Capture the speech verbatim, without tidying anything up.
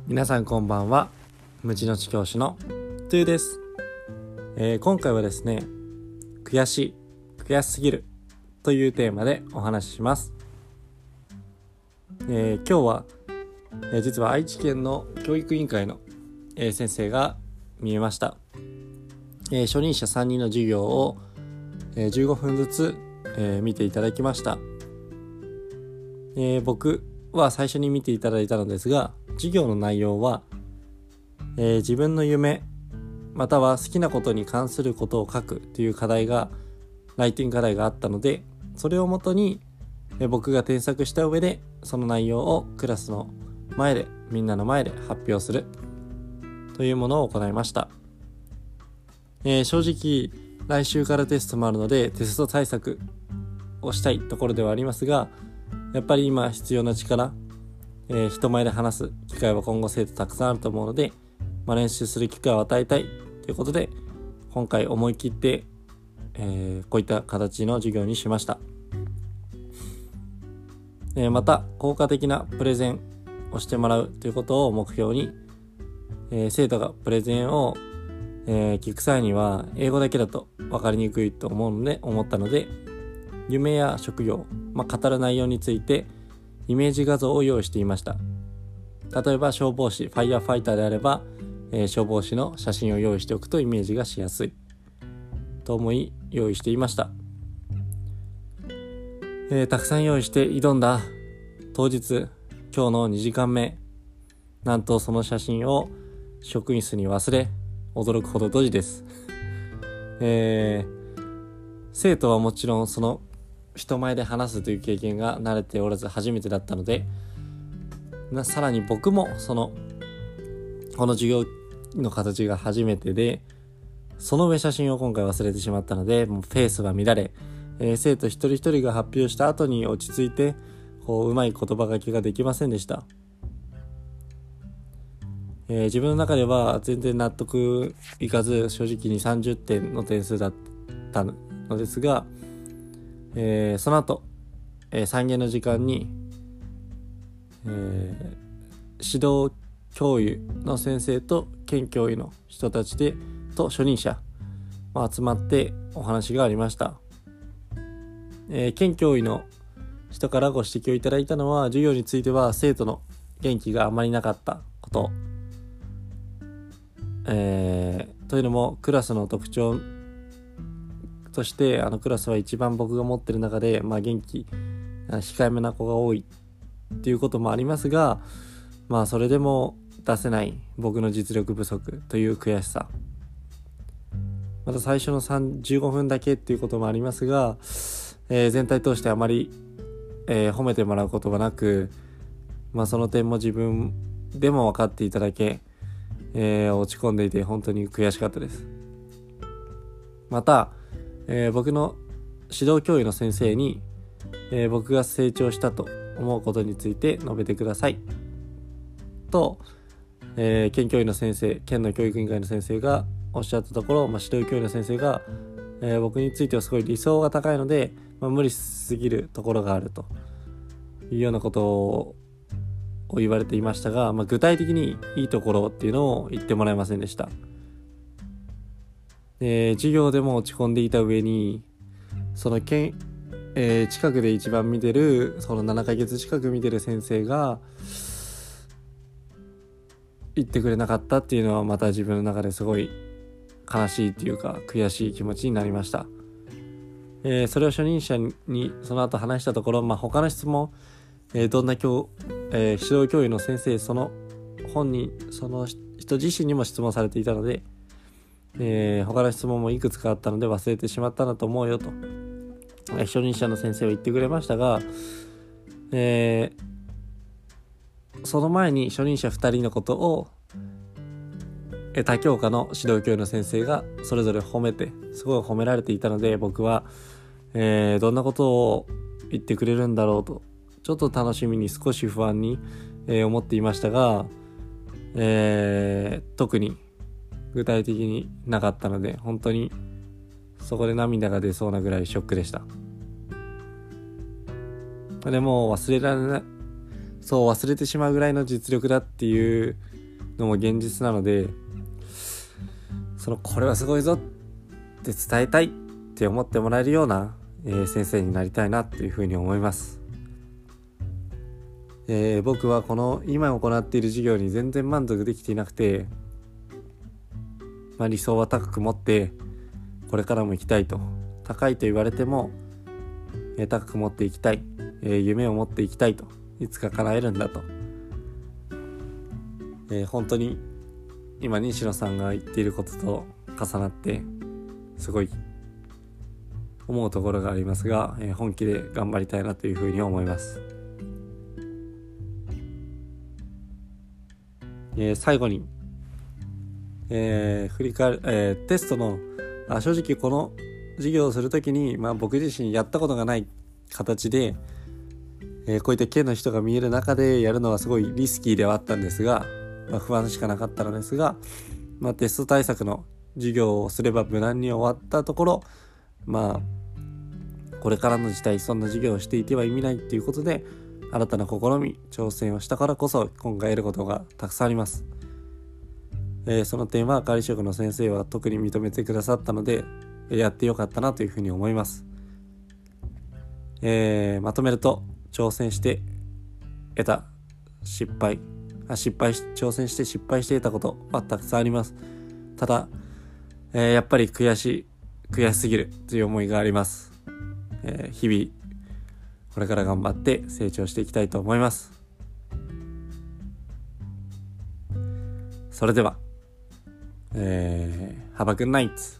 皆さんこんばんは。無知の知教師のトゥーです、えー、今回はですね悔しい悔しすぎるというテーマでお話しします。えー、今日は、えー、実は愛知県の教育委員会の、えー、先生が見えました。えー、初任者さんにんの授業を、えー、じゅうごふんずつ、えー、見ていただきました。えー、僕は最初に見ていただいたのですが、授業の内容は、えー、自分の夢または好きなことに関することを書くという課題がライティング課題があったので、それをもとに、えー、僕が添削した上でその内容をクラスの前でみんなの前で発表するというものを行いました。えー、正直来週からテストもあるのでテスト対策をしたいところではありますが、やっぱり今必要な力、えー、人前で話す機会は今後生徒たくさんあると思うので、まあ、練習する機会を与えたいということで今回思い切って、えー、こういった形の授業にしました。えー、また効果的なプレゼンをしてもらうということを目標に、えー、生徒がプレゼンを、えー、聞く際には英語だけだと分かりにくいと思うので思ったので夢や職業、まあ、語る内容についてイメージ画像を用意していました。例えば消防士、ファイヤーファイターであれば、えー、消防士の写真を用意しておくとイメージがしやすいと思い用意していました。えー、たくさん用意して挑んだ当日、今日のにじかんめ、なんとその写真を職員室に忘れ驚くほどドジです、えー、生徒はもちろんその人前で話すという経験が慣れておらず初めてだったので、なさらに僕もそのこの授業の形が初めてで、その上写真を今回忘れてしまったのでもうフェースが乱れ、えー、生徒一人一人が発表した後に落ち着いてこううまい言葉書きができませんでした。えー、自分の中では全然納得いかず正直にさんじゅってんの点数だったのですが、えー、その後、えー、さん限の時間に、えー、指導教諭の先生と県教諭の人たちでと初任者、まあ、集まってお話がありました。えー、県教諭の人からご指摘をいただいたのは、授業については生徒の元気があまりなかったこと、えー、というのもクラスの特徴としてあのクラスは一番僕が持ってる中で、まあ、元気控えめな子が多いっていうこともありますが、まあそれでも出せない僕の実力不足という悔しさ、また最初のじゅうごふんだけっていうこともありますが、えー、全体通してあまり、えー、褒めてもらうことはなく、まあその点も自分でも分かっていただけ、えー、落ち込んでいて本当に悔しかったです。またえー、僕の指導教諭の先生に、えー、僕が成長したと思うことについて述べてくださいと、えー、県教諭の先生、県の教育委員会の先生がおっしゃったところ、まあ、指導教諭の先生が、えー、僕についてはすごい理想が高いので、まあ、無理しすぎるところがあるというようなことを言われていましたが、まあ、具体的にいいところっていうのを言ってもらえませんでした。えー、授業でも落ち込んでいた上にそのけん、えー、近くで一番見てるそのななかげつ近く見てる先生が言ってくれなかったっていうのはまた自分の中ですごい悲しいっていうか悔しい気持ちになりました。えー、それを初任者にその後話したところ、まあ、他の質問、えー、どんな教、えー、指導教諭の先生その本人その人自身にも質問されていたので、えー、他の質問もいくつかあったので忘れてしまったんだと思うよと、えー、初任者の先生は言ってくれましたが、えー、その前に初任者ふたりのことを、えー、他教科の指導教諭の先生がそれぞれ褒めてすごい褒められていたので、僕は、えー、どんなことを言ってくれるんだろうとちょっと楽しみに少し不安に、えー、思っていましたが、えー、特に具体的になかったので本当にそこで涙が出そうなぐらいショックでした。でも忘れられないそう忘れてしまうぐらいの実力だっていうのも現実なので、そのこれはすごいぞって伝えたいって思ってもらえるような、えー、先生になりたいなっていうふうに思います。えー、僕はこの今行っている授業に全然満足できていなくて、まあ、理想は高く持ってこれからも行きたいと、高いと言われても、えー、高く持っていきたい、えー、夢を持っていきたいと、いつか叶えるんだと、えー、本当に今西野さんが言っていることと重なってすごい思うところがありますが、えー、本気で頑張りたいなというふうに思います。えー、最後に、えー、振り返る、えー、テストのあ正直この授業をするときに、まあ、僕自身やったことがない形で、えー、こういった県の人が見える中でやるのはすごいリスキーではあったんですが、まあ、不安しかなかったのですが、まあ、テスト対策の授業をすれば無難に終わったところ、まあこれからの時代そんな授業をしていては意味ないっていうことで、新たな試み挑戦をしたからこそ今回得ることがたくさんあります。えー、その点は管理職の先生は特に認めてくださったので、やってよかったなというふうに思います。えー、まとめると、挑戦して得た失敗あ失敗し挑戦して失敗して得たことはたくさんあります。ただ、えー、やっぱり悔しい悔しすぎるという思いがあります。えー、日々これから頑張って成長していきたいと思います。それでは、えー、Have a good night!